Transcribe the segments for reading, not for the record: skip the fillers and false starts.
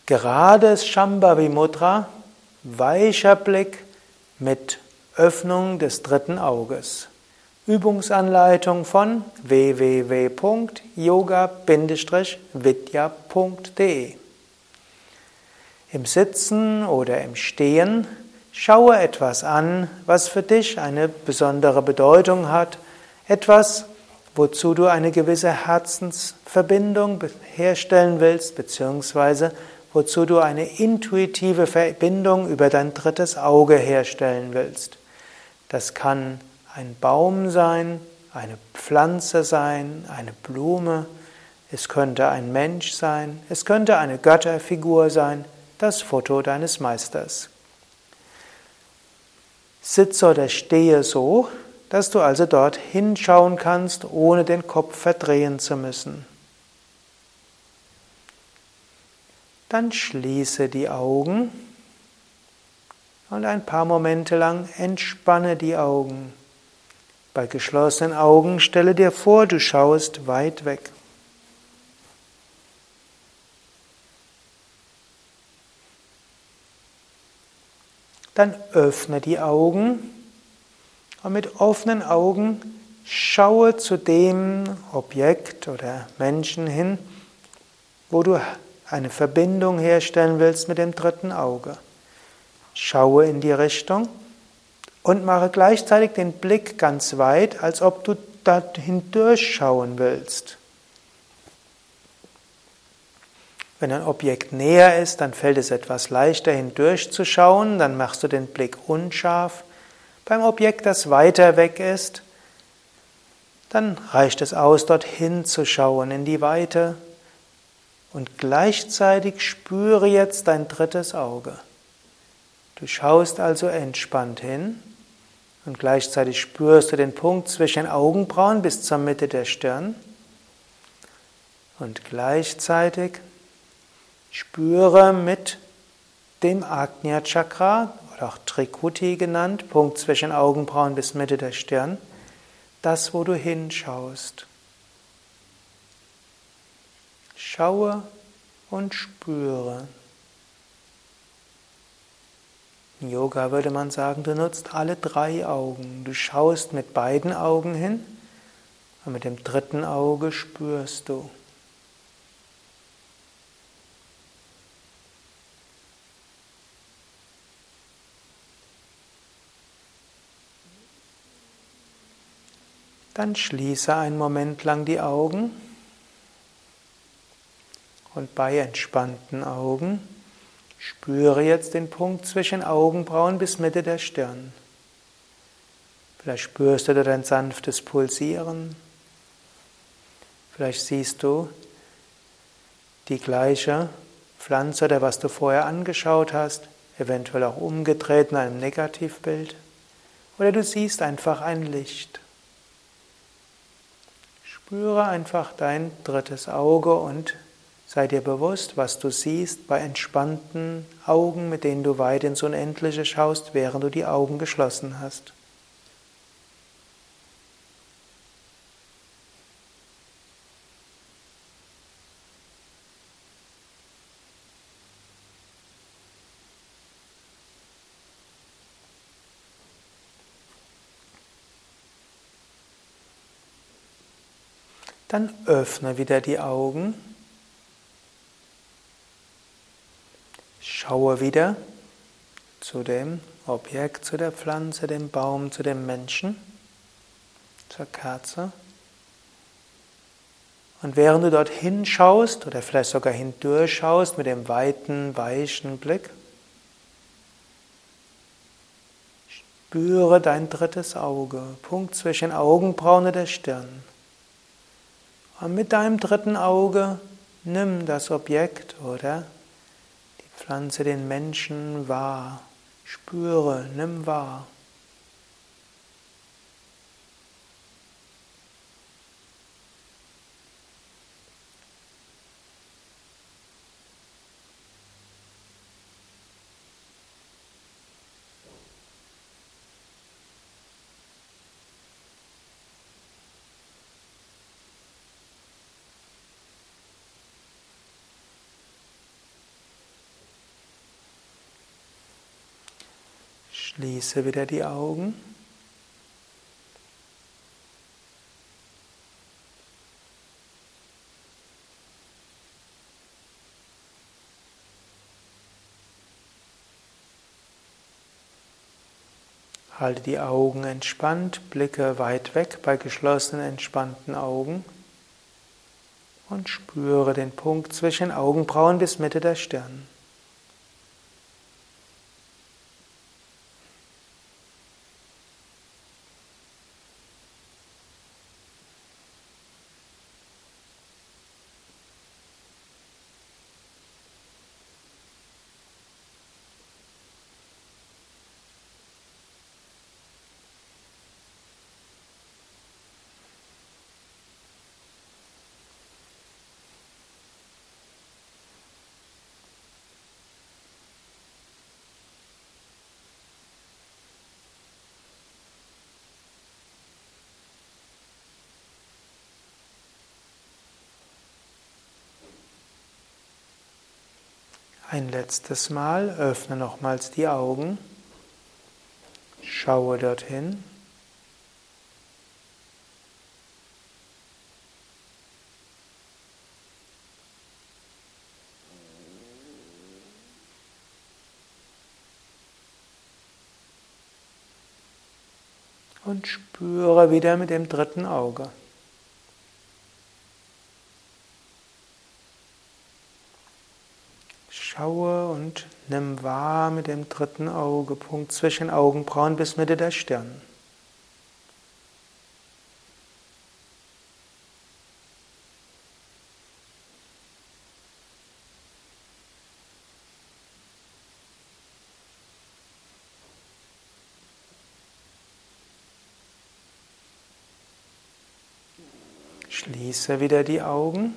Gerades Shambhavi Mudra, weicher Blick mit Öffnung des dritten Auges. Übungsanleitung von www.yoga-vidya.de. Im Sitzen oder im Stehen schaue etwas an, was für dich eine besondere Bedeutung hat, etwas, wozu du eine gewisse Herzensverbindung herstellen willst, beziehungsweise wozu du eine intuitive Verbindung über dein drittes Auge herstellen willst. Das kann ein Baum sein, eine Pflanze sein, eine Blume, es könnte ein Mensch sein, es könnte eine Götterfigur sein, das Foto deines Meisters. Sitze oder stehe so, dass du also dort hinschauen kannst, ohne den Kopf verdrehen zu müssen. Dann schließe die Augen und ein paar Momente lang entspanne die Augen. Bei geschlossenen Augen stelle dir vor, du schaust weit weg. Dann öffne die Augen und mit offenen Augen schaue zu dem Objekt oder Menschen hin, wo du eine Verbindung herstellen willst mit dem dritten Auge. Schaue in die Richtung und mache gleichzeitig den Blick ganz weit, als ob du da hindurchschauen willst. Wenn ein Objekt näher ist, dann fällt es etwas leichter hindurchzuschauen, dann machst du den Blick unscharf. Beim Objekt, das weiter weg ist, dann reicht es aus, dorthin zu schauen in die Weite. Und gleichzeitig spüre jetzt dein drittes Auge. Du schaust also entspannt hin und gleichzeitig spürst du den Punkt zwischen den Augenbrauen bis zur Mitte der Stirn. Und gleichzeitig spüre mit dem Ajna Chakra, oder auch Trikuti genannt, Punkt zwischen den Augenbrauen bis Mitte der Stirn, das, wo du hinschaust. Schaue und spüre. In Yoga würde man sagen, du nutzt alle drei Augen. Du schaust mit beiden Augen hin und mit dem dritten Auge spürst du. Dann schließe einen Moment lang die Augen. Und bei entspannten Augen spüre jetzt den Punkt zwischen Augenbrauen bis Mitte der Stirn. Vielleicht spürst du dort ein sanftes Pulsieren. Vielleicht siehst du die gleiche Pflanze oder was du vorher angeschaut hast, eventuell auch umgedreht in einem Negativbild. Oder du siehst einfach ein Licht. Spüre einfach dein drittes Auge und sei dir bewusst, was du siehst bei entspannten Augen, mit denen du weit ins Unendliche schaust, während du die Augen geschlossen hast. Dann öffne wieder die Augen. Schaue wieder zu dem Objekt, zu der Pflanze, dem Baum, zu dem Menschen, zur Kerze. Und während du dort hinschaust oder vielleicht sogar hindurchschaust mit dem weiten, weichen Blick, spüre dein drittes Auge, Punkt zwischen Augenbrauen und der Stirn. Und mit deinem dritten Auge nimm das Objekt oder die Pflanze, den Menschen wahr. Spüre, nimm wahr. Schließe wieder die Augen. Halte die Augen entspannt, blicke weit weg bei geschlossenen, entspannten Augen und spüre den Punkt zwischen Augenbrauen bis Mitte der Stirn. Ein letztes Mal öffne nochmals die Augen, schaue dorthin. Und spüre wieder mit dem dritten Auge. Schaue und nimm wahr mit dem dritten Auge, Punkt zwischen Augenbrauen bis Mitte der Stirn. Schließe wieder die Augen.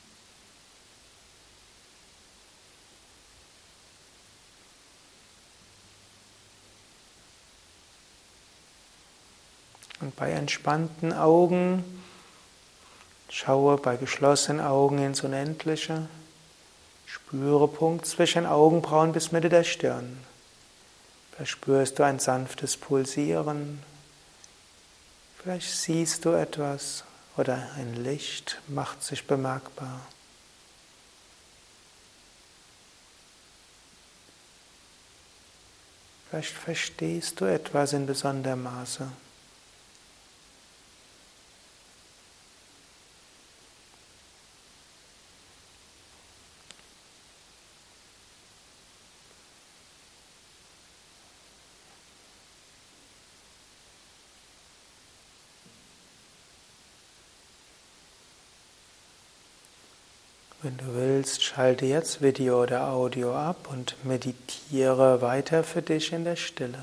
Und bei entspannten Augen schaue bei geschlossenen Augen ins Unendliche. Spüre Punkt zwischen Augenbrauen bis Mitte der Stirn. Vielleicht spürst du ein sanftes Pulsieren. Vielleicht siehst du etwas oder ein Licht macht sich bemerkbar. Vielleicht verstehst du etwas in besonderem Maße. Wenn du willst, schalte jetzt Video oder Audio ab und meditiere weiter für dich in der Stille.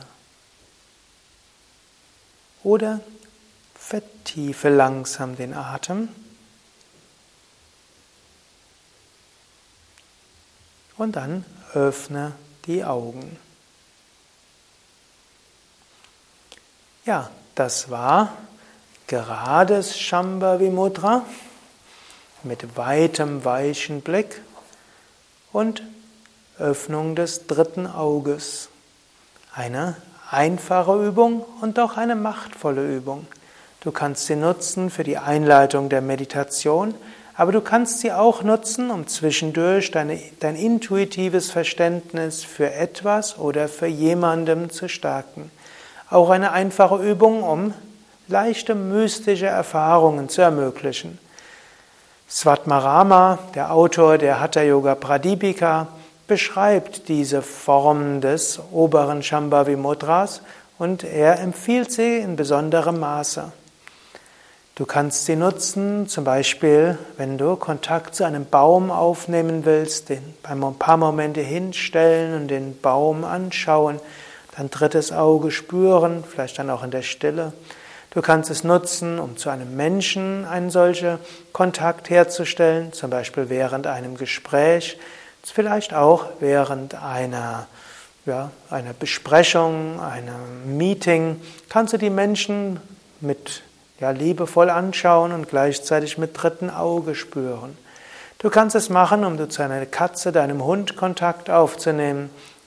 Oder vertiefe langsam den Atem und dann öffne die Augen. Ja, das war gerades Shambhavi Mudra mit weitem, weichen Blick und Öffnung des dritten Auges. Eine einfache Übung und doch eine machtvolle Übung. Du kannst sie nutzen für die Einleitung der Meditation, aber du kannst sie auch nutzen, um zwischendurch dein intuitives Verständnis für etwas oder für jemandem zu stärken. Auch eine einfache Übung, um leichte mystische Erfahrungen zu ermöglichen. Svatmarama, der Autor der Hatha Yoga Pradipika, beschreibt diese Form des oberen Shambhavi Mudras und er empfiehlt sie in besonderem Maße. Du kannst sie nutzen, zum Beispiel, wenn du Kontakt zu einem Baum aufnehmen willst, den ein paar Momente hinstellen und den Baum anschauen, dein drittes Auge spüren, vielleicht dann auch in der Stille. Du kannst es nutzen, um zu einem Menschen einen solchen Kontakt herzustellen, zum Beispiel während einem Gespräch, vielleicht auch während einer Besprechung, einem Meeting, kannst du die Menschen liebevoll anschauen und gleichzeitig mit dritten Auge spüren. Du kannst es machen, um zu einer Katze, deinem Hund Kontakt aufzunehmen.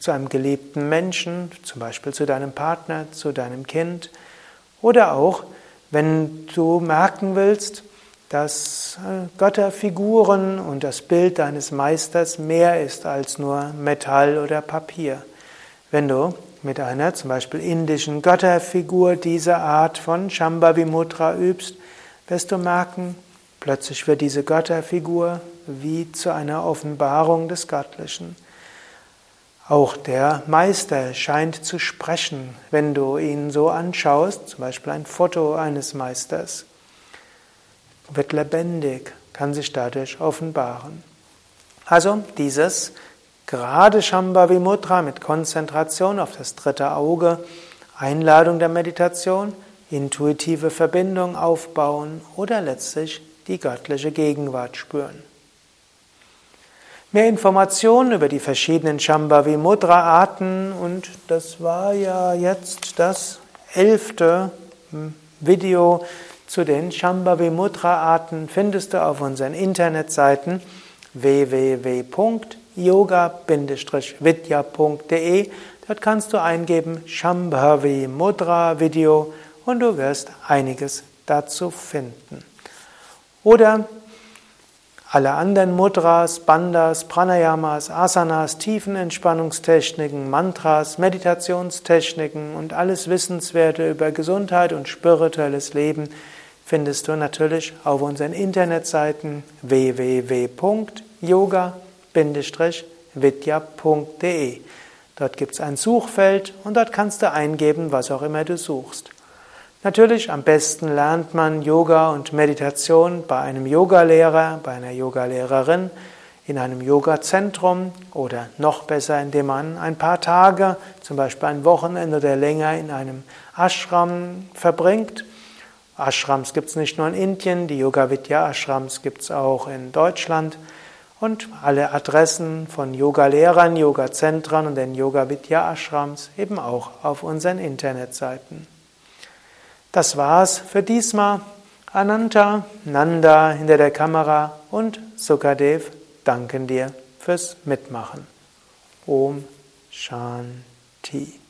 zu einem geliebten Menschen, zum Beispiel zu deinem Partner, zu deinem Kind, oder auch, wenn du merken willst, dass Götterfiguren und das Bild deines Meisters mehr ist als nur Metall oder Papier. Wenn du mit einer zum Beispiel indischen Götterfigur diese Art von Shambhavi Mudra übst, wirst du merken, plötzlich wird diese Götterfigur wie zu einer Offenbarung des Göttlichen. Auch der Meister scheint zu sprechen, wenn du ihn so anschaust, zum Beispiel ein Foto eines Meisters. Wird lebendig, kann sich dadurch offenbaren. Also dieses gerade Shambhavi Mudra mit Konzentration auf das dritte Auge, Einladung der Meditation, intuitive Verbindung aufbauen oder letztlich die göttliche Gegenwart spüren. Mehr Informationen über die verschiedenen Shambhavi Mudra Arten, und das war ja jetzt das 11. Video zu den Shambhavi Mudra Arten, findest du auf unseren Internetseiten www.yoga-vidya.de. Dort kannst du eingeben Shambhavi Mudra Video und du wirst einiges dazu finden. Oder alle anderen Mudras, Bandhas, Pranayamas, Asanas, Tiefenentspannungstechniken, Mantras, Meditationstechniken und alles Wissenswerte über Gesundheit und spirituelles Leben findest du natürlich auf unseren Internetseiten www.yoga-vidya.de. Dort gibt es ein Suchfeld und dort kannst du eingeben, was auch immer du suchst. Natürlich, am besten lernt man Yoga und Meditation bei einem Yogalehrer, bei einer Yogalehrerin, in einem Yogazentrum oder noch besser, indem man ein paar Tage, zum Beispiel ein Wochenende oder länger, in einem Ashram verbringt. Ashrams gibt es nicht nur in Indien, die Yoga-Vidya-Ashrams gibt es auch in Deutschland. Und alle Adressen von Yogalehrern, Yogazentren und den Yoga-Vidya-Ashrams eben auch auf unseren Internetseiten. Das war's für diesmal. Ananta, Nanda hinter der Kamera und Sukadev danken dir fürs Mitmachen. Om Shanti.